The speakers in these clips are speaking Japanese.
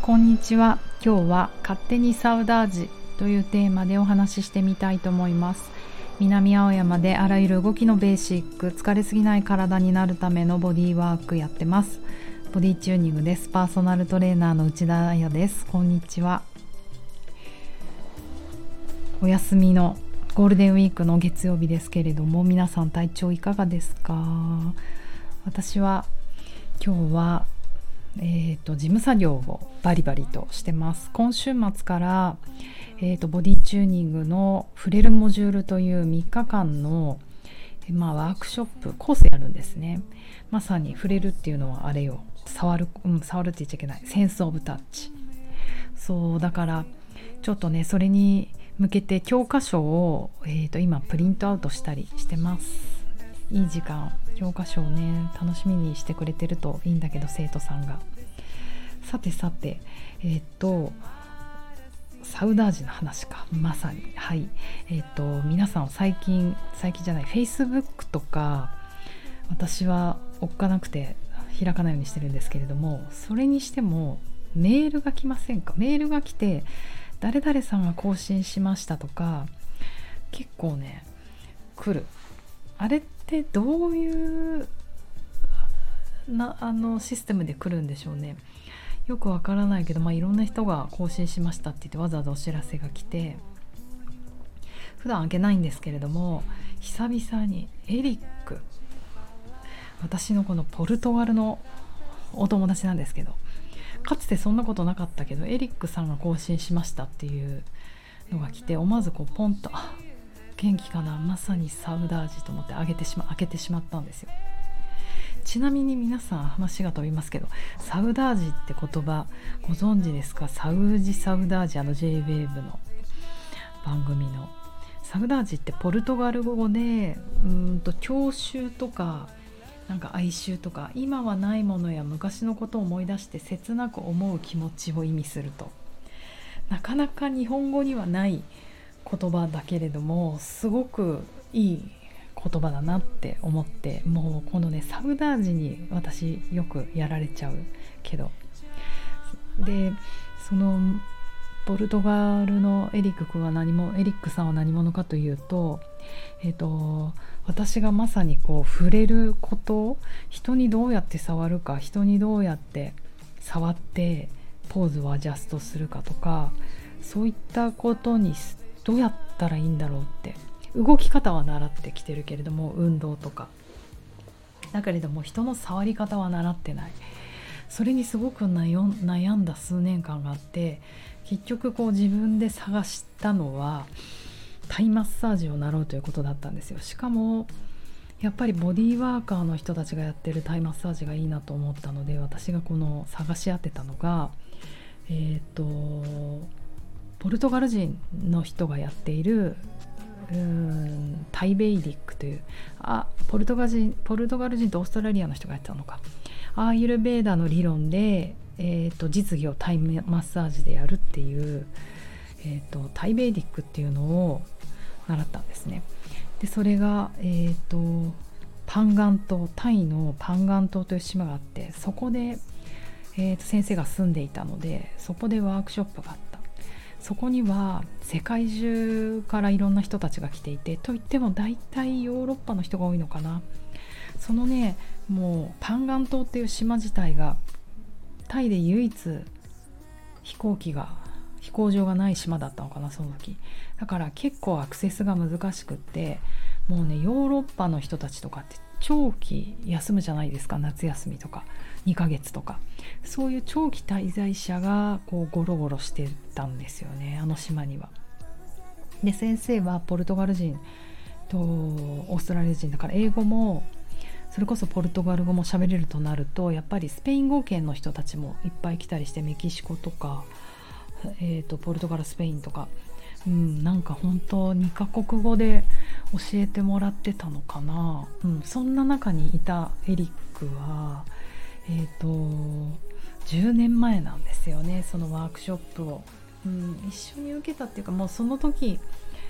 こんにちは。今日は勝手にサウダージというテーマでお話ししてみたいと思います。南青山であらゆる動きのベーシック、疲れすぎない体になるためのボディワークやってます。ボディチューニングです。パーソナルトレーナーの内田彩です。こんにちは。お休みのゴールデンウィークの月曜日ですけれども、皆さん体調いかがですか？私は今日は事務作業をバリバリとしてます。今週末から、ボディチューニングの触れるモジュールという3日間の、ワークショップコースやるんですね。まさに触れるっていうのはあれよ、触るって言っちゃいけない、センスオブタッチ。そうだからちょっとね、それに向けて教科書を、今プリントアウトしたりしてます。いい時間、教科書をね楽しみにしてくれてるといいんだけど、生徒さんが。さてサウダージの話か、まさに。はい。皆さん最近じゃない、Facebook とか私はおっかなくて開かないようにしてるんですけれども、それにしてもメールが来ませんか？メールが来て、誰々さんが更新しましたとか結構ね来る。あれってどういうシステムで来るんでしょうね。よくわからないけど、いろんな人が更新しましたって言ってわざわざお知らせが来て、普段開けないんですけれども、久々にエリック、私のこのポルトガルのお友達なんですけど、かつてそんなことなかったけどエリックさんが更新しましたっていうのが来て、思わずこうポンと、元気かな、まさにサウダージと思って開けてしまったんですよ。ちなみに皆さん、話が飛びますけど、サウダージって言葉ご存知ですか？サウダージ、J-WAVE の番組のサウダージってポルトガル語で郷愁とかなんか哀愁とか、今はないものや昔のことを思い出して切なく思う気持ちを意味すると。なかなか日本語にはない言葉だけれども、すごくいい言葉だなって思って、もうこのねサウダージに私よくやられちゃうけど、でそのポルトガルのエリックさんは何者かというと、私がまさにこう触れること、人にどうやって触るか、人にどうやって触ってポーズをアジャストするかとか、そういったことにどうやったらいいんだろうって、動き方は習ってきてるけれども、運動とかだけれども人の触り方は習ってない。それにすごく悩んだ数年間があって、結局こう自分で探したのはタイマッサージを習うということだったんですよ。しかもやっぱりボディーワーカーの人たちがやってるタイマッサージがいいなと思ったので、私がこの探し当てたのがポルトガル人の人がやっているタイベイディックという、ポルトガル人とオーストラリアの人がやってたのか、アーユルベーダの理論で、実技をタイマッサージでやるっていう、タイベイディックっていうのを習ったんですね。でそれが、パンガン島、タイのパンガン島という島があって、そこで、先生が住んでいたので、そこでワークショップがあった。そこには世界中からいろんな人たちが来ていて、といっても大体ヨーロッパの人が多いのかな。そのね、もうパンガン島っていう島自体がタイで唯一飛行場がない島だったのかな、その時。だから結構アクセスが難しくって、もうねヨーロッパの人たちとかって長期休むじゃないですか、夏休みとか2ヶ月とか、そういう長期滞在者がこうゴロゴロしてたんですよね、あの島には。で先生はポルトガル人とオーストラリア人だから、英語もそれこそポルトガル語も喋れるとなると、やっぱりスペイン語圏の人たちもいっぱい来たりして、メキシコとか、ポルトガル、スペインとか、なんか本当2カ国語で教えてもらってたのかな。そんな中にいたエリックは10年前なんですよね、そのワークショップを、一緒に受けたっていうか、もうその時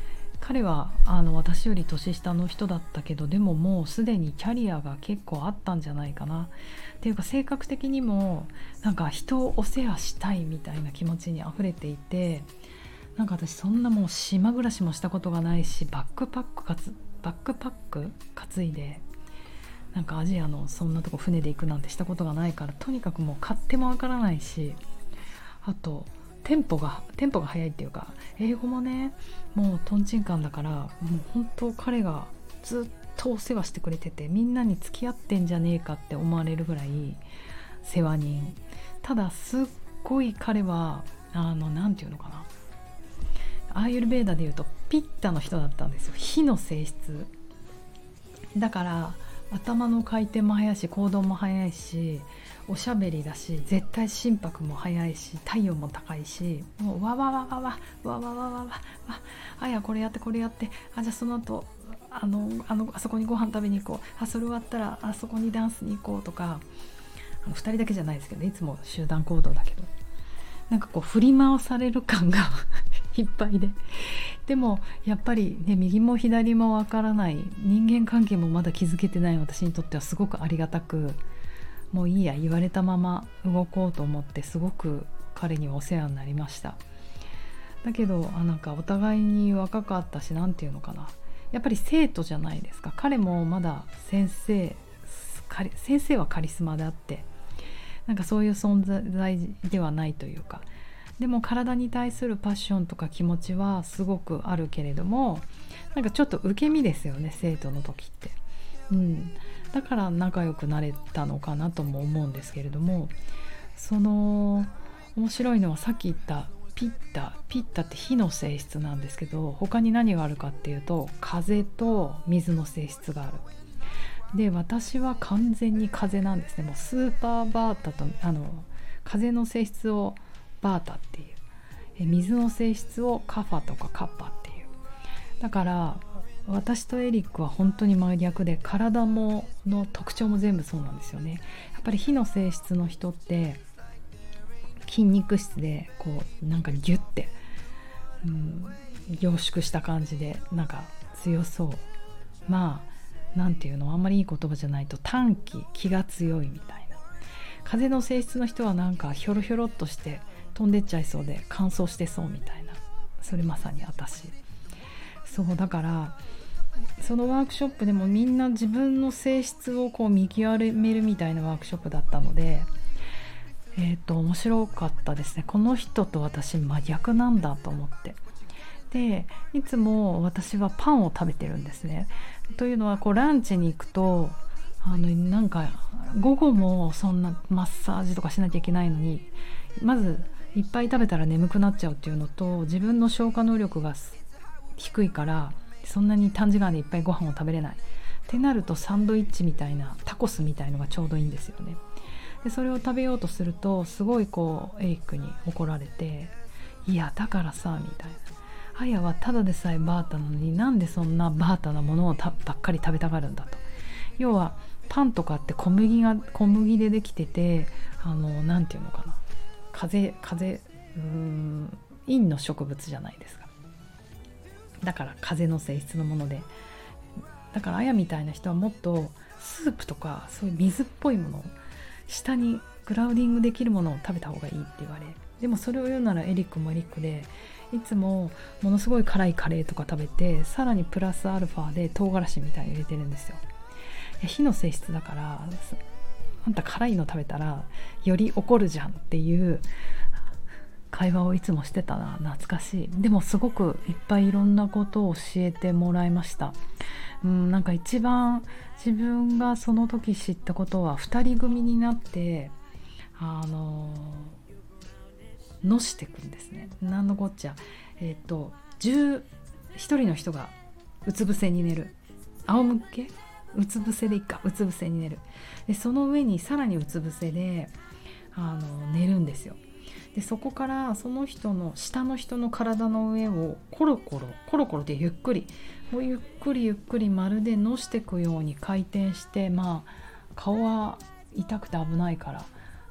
彼は私より年下の人だったけど、でももうすでにキャリアが結構あったんじゃないかなっていうか、性格的にもなんか人をお世話したいみたいな気持ちに溢れていて、なんか私そんなもう島暮らしもしたことがないし、バックパック担いでなんかアジアのそんなとこ船で行くなんてしたことがないから、とにかくもう勝手もわからないし、あとテンポが速いっていうか、英語もねもうトンチンカンだから、もう本当彼がずっとお世話してくれてて、みんなに付き合ってんじゃねえかって思われるぐらい世話人。ただすっごい彼はなんていうのかな、アーユルベーダでいうとピッタの人だったんですよ。火の性質だから、頭の回転も速いし行動も速いし、おしゃべりだし、絶対心拍も速いし、体温も高いし、もうわわわわわわわわわわわ、あやこれやって、じゃあその後あそこにご飯食べに行こう、それ終わったらあそこにダンスに行こうとか、2人だけじゃないですけど、いつも集団行動だけど、なんかこう振り回される感がいっぱいで、でもやっぱりね、右も左もわからない、人間関係もまだ築けてない私にとってはすごくありがたく、もういいや、言われたまま動こうと思って、すごく彼にはお世話になりました。だけどなんかお互いに若かったし、なんていうのかな、やっぱり生徒じゃないですか。彼もまだ先生はカリスマであって、なんかそういう存在ではないというか、でも体に対するパッションとか気持ちはすごくあるけれども、なんかちょっと受け身ですよね、生徒の時って。だから仲良くなれたのかなとも思うんですけれども、その面白いのはさっき言ったピッタって火の性質なんですけど、他に何があるかっていうと、風と水の性質がある。で、私は完全に風なんですね。もうスーパーバータと風の性質をバータっていう、水の性質をカファとかカッパっていう。だから私とエリックは本当に真逆で、体の特徴も全部そうなんですよね。やっぱり火の性質の人って筋肉質で、こうなんかギュッて、凝縮した感じで、なんか強そう。まあなんていうの、あんまりいい言葉じゃないと短気が強いみたいな。風の性質の人はなんかひょろひょろっとして飛んでっちゃいそうで乾燥してそうみたいな。それまさに私。そうだから、そのワークショップでもみんな自分の性質をこう見極めるみたいなワークショップだったので、面白かったですね。この人と私真逆なんだと思って。で、いつも私はパンを食べてるんですね。というのは、こうランチに行くとなんか午後もそんなマッサージとかしなきゃいけないのに、まずいっぱい食べたら眠くなっちゃうっていうのと、自分の消化能力が低いからそんなに短時間でいっぱいご飯を食べれないってなると、サンドイッチみたいなタコスみたいのがちょうどいいんですよね。でそれを食べようとすると、すごいこうエリックに怒られて、いやだからさみたいな、アヤはただでさえバータなのに、なんでそんなバータなものをばっかり食べたがるんだと。要はパンとかって小麦でできてて、なんていうのかな、陰の植物じゃないですか。だから風の性質のもので、だからアヤみたいな人はもっとスープとかそういう水っぽいものを、下にグラウディングできるものを食べた方がいいって言われ、でもそれを言うならエリックもエリックで、いつもものすごい辛いカレーとか食べて、さらにプラスアルファで唐辛子みたいに入れてるんですよ。火の性質だから、あんた辛いの食べたらより怒るじゃんっていう会話をいつもしてたな。懐かしい。でもすごくいっぱいいろんなことを教えてもらいました。なんか一番自分がその時知ったことは、2人組になってのしていくんですね。なんのこっちゃ。1人の人がうつ伏せに寝る。仰向け？うつ伏せでいいか。うつ伏せに寝る。でその上にさらにうつ伏せで寝るんですよ。でそこからその人の下の人の体の上をコロコロでゆっくりまるでのしていくように回転して、顔は痛くて危ないから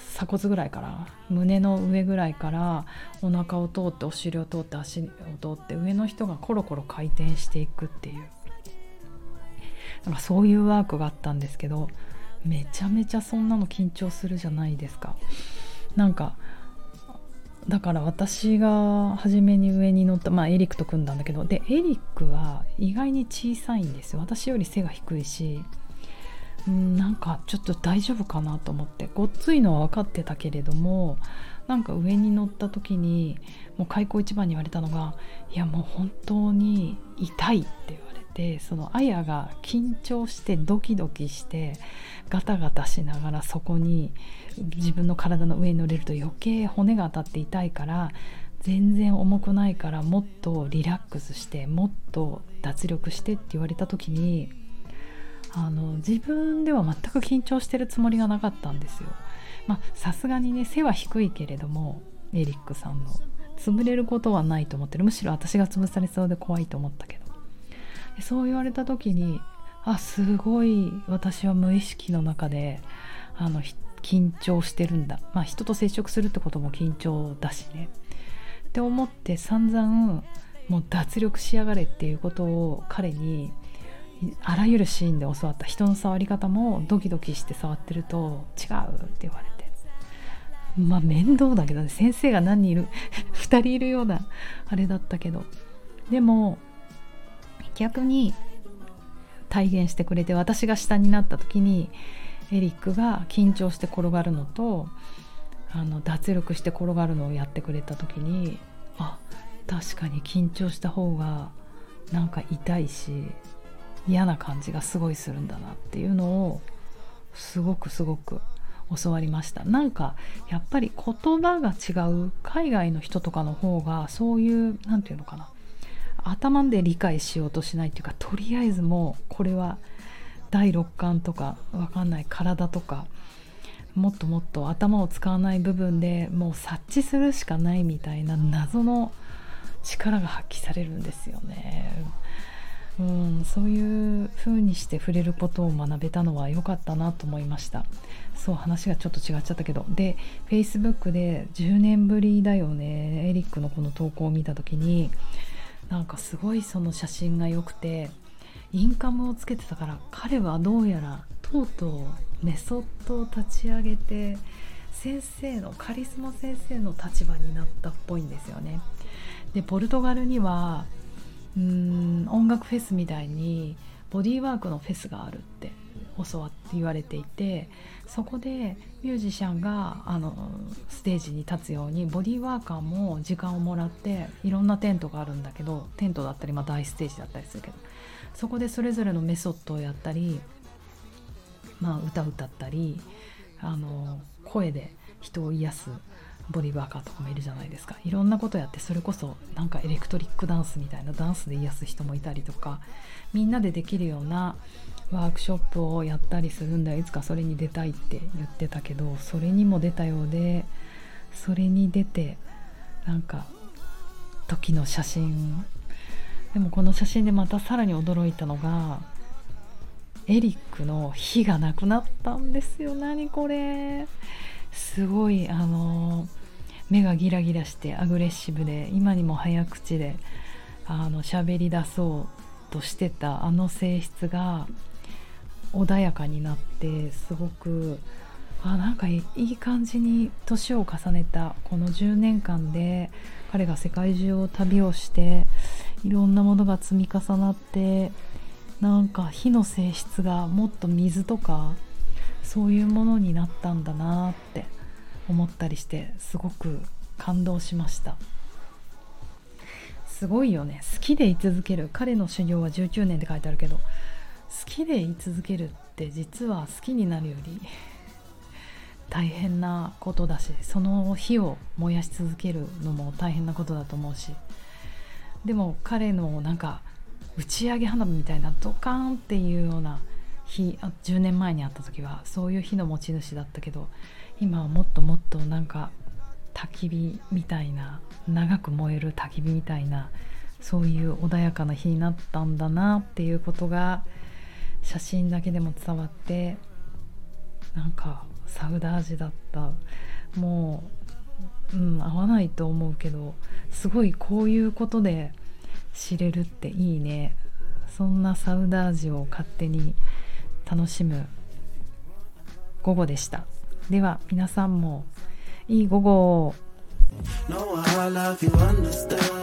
鎖骨ぐらいから胸の上ぐらいからお腹を通ってお尻を通って足を通って上の人がコロコロ回転していくっていう、なんかそういうワークがあったんですけど、めちゃめちゃそんなの緊張するじゃないですか。なんかだから私が初めに上に乗った、エリックと組んだんだけど、でエリックは意外に小さいんですよ。私より背が低いし、なんかちょっと大丈夫かなと思って、ごっついのは分かってたけれども、なんか上に乗った時にもう開口一番に言われたのが、いやもう本当に痛いって言われて、そのあやが緊張してドキドキしてガタガタしながらそこに自分の体の上に乗れると余計骨が当たって痛いから、全然重くないからもっとリラックスしてもっと脱力してって言われた時に、自分では全く緊張してるつもりがなかったんですよ。さすがにね背は低いけれどもエリックさんの潰れることはないと思ってる。むしろ私が潰されそうで怖いと思ったけど、そう言われた時にすごい私は無意識の中で緊張してるんだ、人と接触するってことも緊張だしねって思って、散々もう脱力しやがれっていうことを彼にあらゆるシーンで教わった。人の触り方もドキドキして触ってると違うって言われて、面倒だけどね、先生が何人いる2人いるようなあれだったけど、でも逆に体現してくれて、私が下になった時にエリックが緊張して転がるのと脱力して転がるのをやってくれた時に、確かに緊張した方がなんか痛いし嫌な感じがすごいするんだなっていうのをすごく教わりました。なんかやっぱり言葉が違う海外の人とかの方がそういうなんていうのかな、頭で理解しようとしないっていうか、とりあえずもうこれは第六感とかわかんない体とかもっともっと頭を使わない部分でもう察知するしかないみたいな謎の力が発揮されるんですよね。そういう風にして触れることを学べたのは良かったなと思いました。そう話がちょっと違っちゃったけど、で Facebook で10年ぶりだよねエリックのこの投稿を見た時に、なんかすごいその写真が良くて、インカムをつけてたから、彼はどうやらとうとうメソッドを立ち上げてカリスマ先生の立場になったっぽいんですよね。でポルトガルには音楽フェスみたいにボディーワークのフェスがあるって教わって言われていて、そこでミュージシャンがステージに立つようにボディーワーカーも時間をもらって、いろんなテントがあるんだけど、テントだったり大ステージだったりするけど、そこでそれぞれのメソッドをやったり、歌歌ったり声で人を癒すボディーワーカーとかもいるじゃないですか。いろんなことやって、それこそなんかエレクトリックダンスみたいなダンスで癒す人もいたりとか、みんなでできるようなワークショップをやったりするんだよ。いつかそれに出たいって言ってたけど、それにも出たようで、それに出てなんか時の写真でも、この写真でまたさらに驚いたのが、エリックの火がなくなったんですよ。何これ、すごい目がギラギラしてアグレッシブで、今にも早口で喋り出そうとしてた性質が穏やかになって、すごくなんかいい感じに年を重ねたこの10年間で、彼が世界中を旅をしていろんなものが積み重なって、なんか火の性質がもっと水とかそういうものになったんだなって思ったりして、すごく感動しました。すごいよね。好きでい続ける。彼の修行は19年って書いてあるけど、好きでい続けるって実は好きになるより大変なことだし、その火を燃やし続けるのも大変なことだと思うし、でも彼のなんか打ち上げ花火みたいなドカーンっていうような火、10年前に会った時はそういう火の持ち主だったけど、今はもっともっとなんか焚き火みたいな、長く燃える焚き火みたいな、そういう穏やかな火になったんだなっていうことが写真だけでも伝わって、 なんかサウダージだった。もう、合わないと思うけど、すごいこういうことで知れるっていいね。そんなサウダージを勝手に楽しむ午後でした。では皆さんもいい午後を。